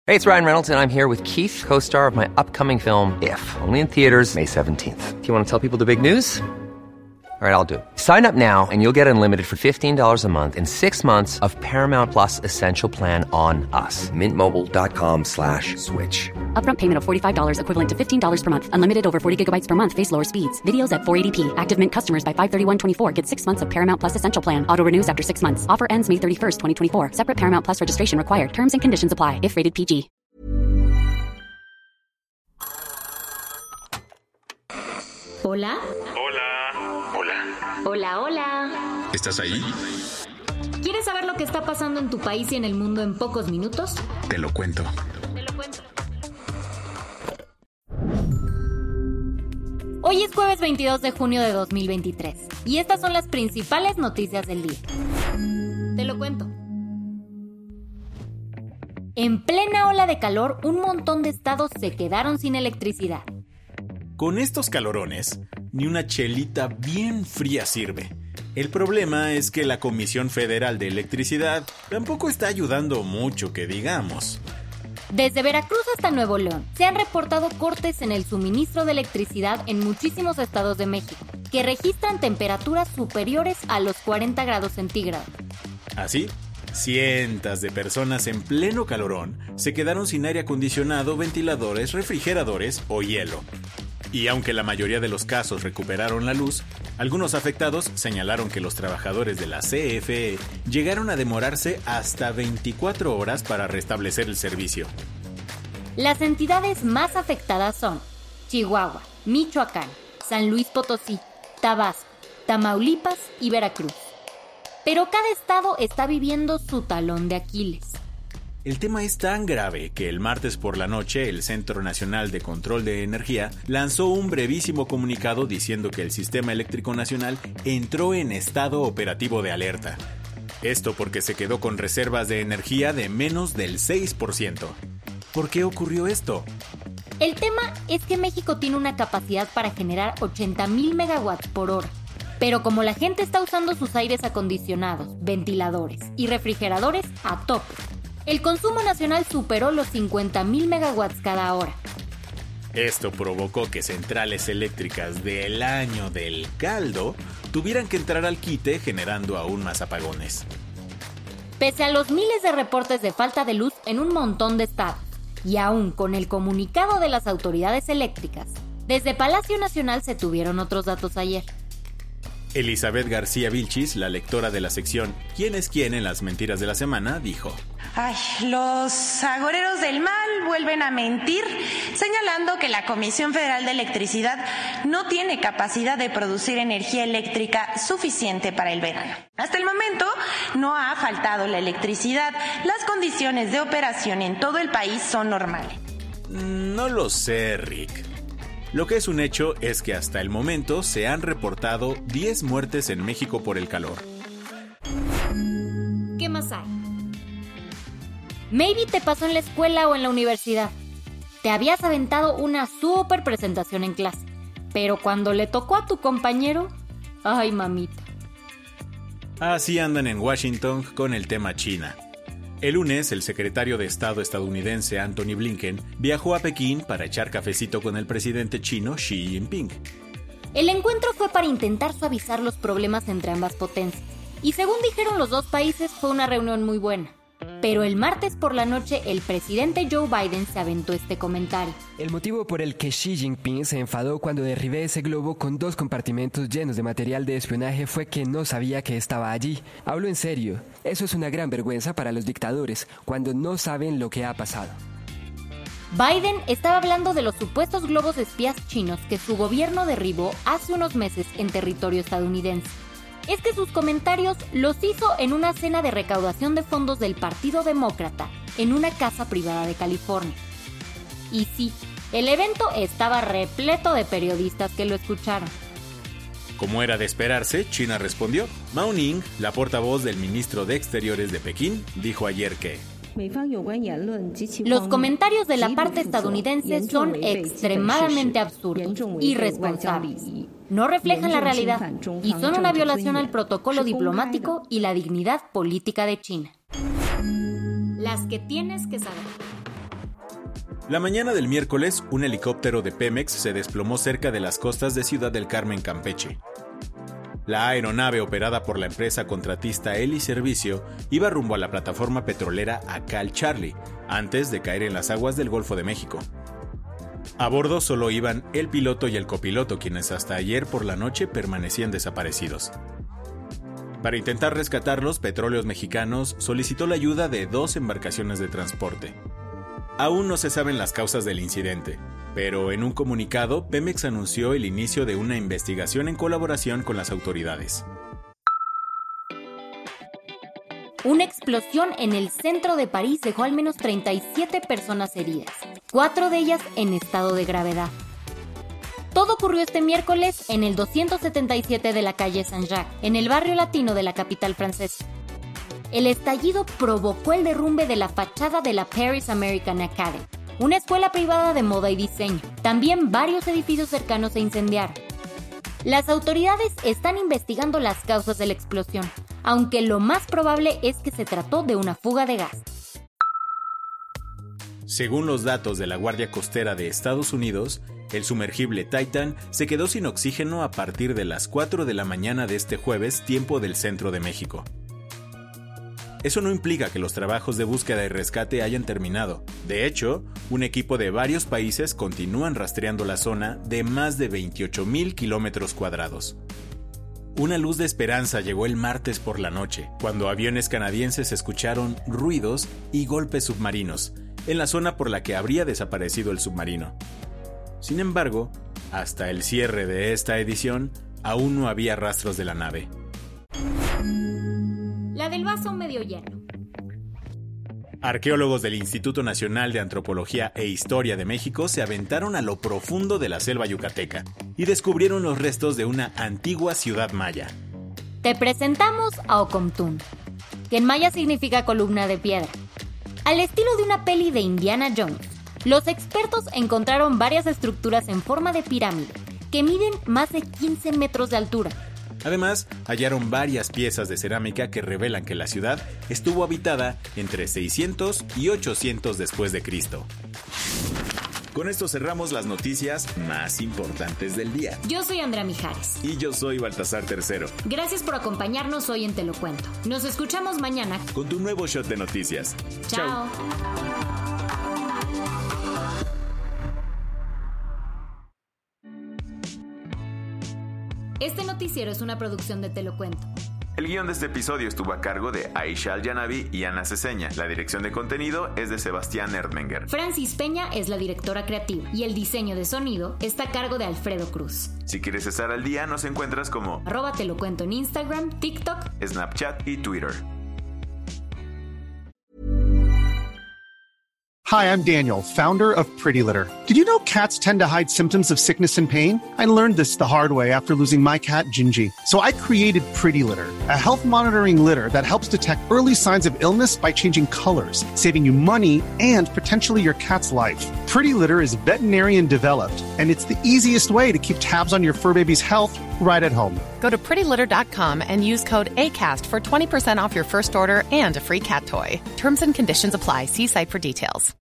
Hey, it's Ryan Reynolds, and I'm here with Keith, co-star of my upcoming film, If, only in theaters May 17th. Do you want to tell people the big news? All right, I'll do it. Sign up now and you'll get unlimited for $15 a month and 6 months of Paramount Plus Essential Plan on us. MintMobile.com/switch. Upfront payment of $45 equivalent to $15 per month. Unlimited over 40 gigabytes per month. Face lower speeds. Videos at 480p. Active Mint customers by 531.24 get 6 months of Paramount Plus Essential Plan. Auto renews after 6 months. Offer ends May 31st, 2024. Separate Paramount Plus registration required. Terms and conditions apply if rated PG. Hola. Hola, hola. ¿Estás ahí? ¿Quieres saber lo que está pasando en tu país y en el mundo en pocos minutos? Te lo cuento. Hoy es jueves 22 de junio de 2023 y estas son las principales noticias del día. Te lo cuento. En plena ola de calor, un montón de estados se quedaron sin electricidad. Con estos calorones, ni una chelita bien fría sirve. El problema es que la Comisión Federal de Electricidad tampoco está ayudando mucho, que digamos. Desde Veracruz hasta Nuevo León, se han reportado cortes en el suministro de electricidad en muchísimos estados de México, que registran temperaturas superiores a los 40 grados centígrados. Así, cientos de personas en pleno calorón se quedaron sin aire acondicionado, ventiladores, refrigeradores o hielo. Y aunque la mayoría de los casos recuperaron la luz, algunos afectados señalaron que los trabajadores de la CFE llegaron a demorarse hasta 24 horas para restablecer el servicio. Las entidades más afectadas son Chihuahua, Michoacán, San Luis Potosí, Tabasco, Tamaulipas y Veracruz. Pero cada estado está viviendo su talón de Aquiles. El tema es tan grave que el martes por la noche el Centro Nacional de Control de Energía lanzó un brevísimo comunicado diciendo que el Sistema Eléctrico Nacional entró en estado operativo de alerta. Esto porque se quedó con reservas de energía de menos del 6%. ¿Por qué ocurrió esto? El tema es que México tiene una capacidad para generar 80,000 megawatts por hora. Pero como la gente está usando sus aires acondicionados, ventiladores y refrigeradores a tope, el consumo nacional superó los 50,000 megawatts cada hora. Esto provocó que centrales eléctricas del año del caldo tuvieran que entrar al quite, generando aún más apagones. Pese a los miles de reportes de falta de luz en un montón de estados, y aún con el comunicado de las autoridades eléctricas, desde Palacio Nacional se tuvieron otros datos ayer. Elizabeth García Vilchis, la lectora de la sección ¿Quién es quién en las mentiras de la semana?, dijo: Ay, los agoreros del mal vuelven a mentir, señalando que la Comisión Federal de Electricidad no tiene capacidad de producir energía eléctrica suficiente para el verano. Hasta el momento no ha faltado la electricidad. Las condiciones de operación en todo el país son normales. No lo sé, Rick. Lo que es un hecho es que hasta el momento se han reportado 10 muertes en México por el calor. ¿Qué más hay? Maybe te pasó en la escuela o en la universidad. Te habías aventado una súper presentación en clase, pero cuando le tocó a tu compañero, ¡ay, mamita! Así andan en Washington con el tema China. El lunes, el secretario de Estado estadounidense Antony Blinken viajó a Pekín para echar cafecito con el presidente chino Xi Jinping. El encuentro fue para intentar suavizar los problemas entre ambas potencias, y según dijeron los dos países, fue una reunión muy buena. Pero el martes por la noche, el presidente Joe Biden se aventó este comentario. El motivo por el que Xi Jinping se enfadó cuando derribé ese globo con 2 compartimentos llenos de material de espionaje fue que no sabía que estaba allí. Hablo en serio. Eso es una gran vergüenza para los dictadores, cuando no saben lo que ha pasado. Biden estaba hablando de los supuestos globos espías chinos que su gobierno derribó hace unos meses en territorio estadounidense. Es que sus comentarios los hizo en una cena de recaudación de fondos del Partido Demócrata en una casa privada de California. Y sí, el evento estaba repleto de periodistas que lo escucharon. Como era de esperarse, China respondió. Mao Ning, la portavoz del ministro de Exteriores de Pekín, dijo ayer que los comentarios de la parte estadounidense son extremadamente absurdos, irresponsables. No reflejan la realidad y son una violación al protocolo diplomático y la dignidad política de China. Las que tienes que saber. La mañana del miércoles, un helicóptero de Pemex se desplomó cerca de las costas de Ciudad del Carmen, Campeche. La aeronave operada por la empresa contratista Heliservicio iba rumbo a la plataforma petrolera Acal Charlie, antes de caer en las aguas del Golfo de México. A bordo solo iban el piloto y el copiloto, quienes hasta ayer por la noche permanecían desaparecidos. Para intentar rescatarlos, Petróleos Mexicanos solicitó la ayuda de 2 embarcaciones de transporte. Aún no se saben las causas del incidente, pero en un comunicado, Pemex anunció el inicio de una investigación en colaboración con las autoridades. Una explosión en el centro de París dejó al menos 37 personas heridas, 4 de ellas en estado de gravedad. Todo ocurrió este miércoles en el 277 de la calle Saint-Jacques, en el barrio latino de la capital francesa. El estallido provocó el derrumbe de la fachada de la Paris American Academy, una escuela privada de moda y diseño. También varios edificios cercanos se incendiaron. Las autoridades están investigando las causas de la explosión, aunque lo más probable es que se trató de una fuga de gas. Según los datos de la Guardia Costera de Estados Unidos, el sumergible Titan se quedó sin oxígeno a partir de las 4 de la mañana de este jueves, tiempo del centro de México. Eso no implica que los trabajos de búsqueda y rescate hayan terminado. De hecho, un equipo de varios países continúan rastreando la zona de más de 28,000 kilómetros cuadrados. Una luz de esperanza llegó el martes por la noche, cuando aviones canadienses escucharon ruidos y golpes submarinos en la zona por la que habría desaparecido el submarino. Sin embargo, hasta el cierre de esta edición, aún no había rastros de la nave. La del vaso medio lleno. Arqueólogos del Instituto Nacional de Antropología e Historia de México se aventaron a lo profundo de la selva yucateca y descubrieron los restos de una antigua ciudad maya. Te presentamos a Ocomtún, que en maya significa columna de piedra. Al estilo de una peli de Indiana Jones, los expertos encontraron varias estructuras en forma de pirámide que miden más de 15 metros de altura. Además, hallaron varias piezas de cerámica que revelan que la ciudad estuvo habitada entre 600 y 800 después de Cristo. Con esto cerramos las noticias más importantes del día. Yo soy Andrea Mijares. Y yo soy Baltasar Tercero. Gracias por acompañarnos hoy en Te lo Cuento. Nos escuchamos mañana con tu nuevo shot de noticias. Chao. Este noticiero es una producción de Te lo Cuento. El guión de este episodio estuvo a cargo de Aisha Al-Janabi y Ana Ceseña. La dirección de contenido es de Sebastián Erdmenger. Francis Peña es la directora creativa y el diseño de sonido está a cargo de Alfredo Cruz. Si quieres estar al día, nos encuentras como @Te lo Cuento en Instagram, TikTok, Snapchat y Twitter. Hi, I'm Daniel, founder of Pretty Litter. Did you know cats tend to hide symptoms of sickness and pain? I learned this the hard way after losing my cat, Gingy. So I created Pretty Litter, a health monitoring litter that helps detect early signs of illness by changing colors, saving you money and potentially your cat's life. Pretty Litter is veterinarian developed, and it's the easiest way to keep tabs on your fur baby's health right at home. Go to prettylitter.com and use code ACAST for 20% off your first order and a free cat toy. Terms and conditions apply. See site for details.